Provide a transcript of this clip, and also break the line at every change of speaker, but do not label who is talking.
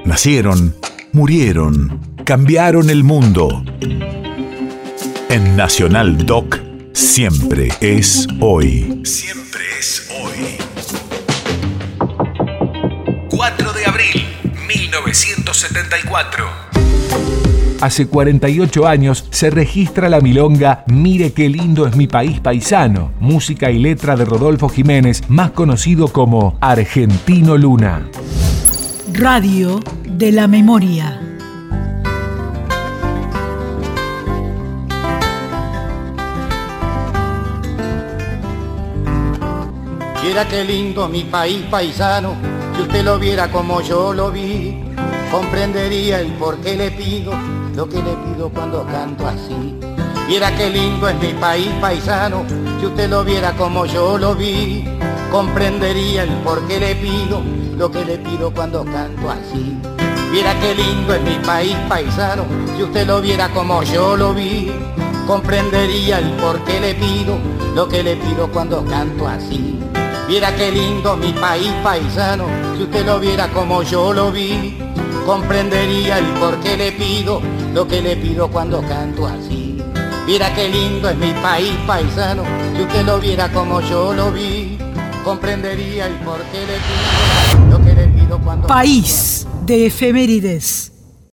Nacieron, murieron, cambiaron el mundo. En Nacional Doc, siempre es hoy. Siempre es hoy. 4 de abril, 1974.
Hace 48 años se registra la milonga Mire qué lindo es mi país paisano, música y letra de Rodolfo Jiménez, más conocido como Argentino Luna.
Radio de la Memoria.
Viera qué lindo mi país paisano, si usted lo viera como yo lo vi, comprendería el por qué le pido lo que le pido cuando canto así. Viera qué lindo es mi país paisano, si usted lo viera como yo lo vi, comprendería el por qué le pido lo que le pido cuando canto así. Viera qué lindo es mi país paisano, si usted lo viera como yo lo vi, comprendería el por qué le pido lo que le pido cuando canto así. Viera qué lindo mi país paisano, si usted lo viera como yo lo vi, comprendería el por qué le pido lo que le pido cuando canto así. Viera qué lindo es mi país paisano, si usted lo viera como yo lo vi, comprendería el por qué le pido lo que le pido cuando
País de efemérides.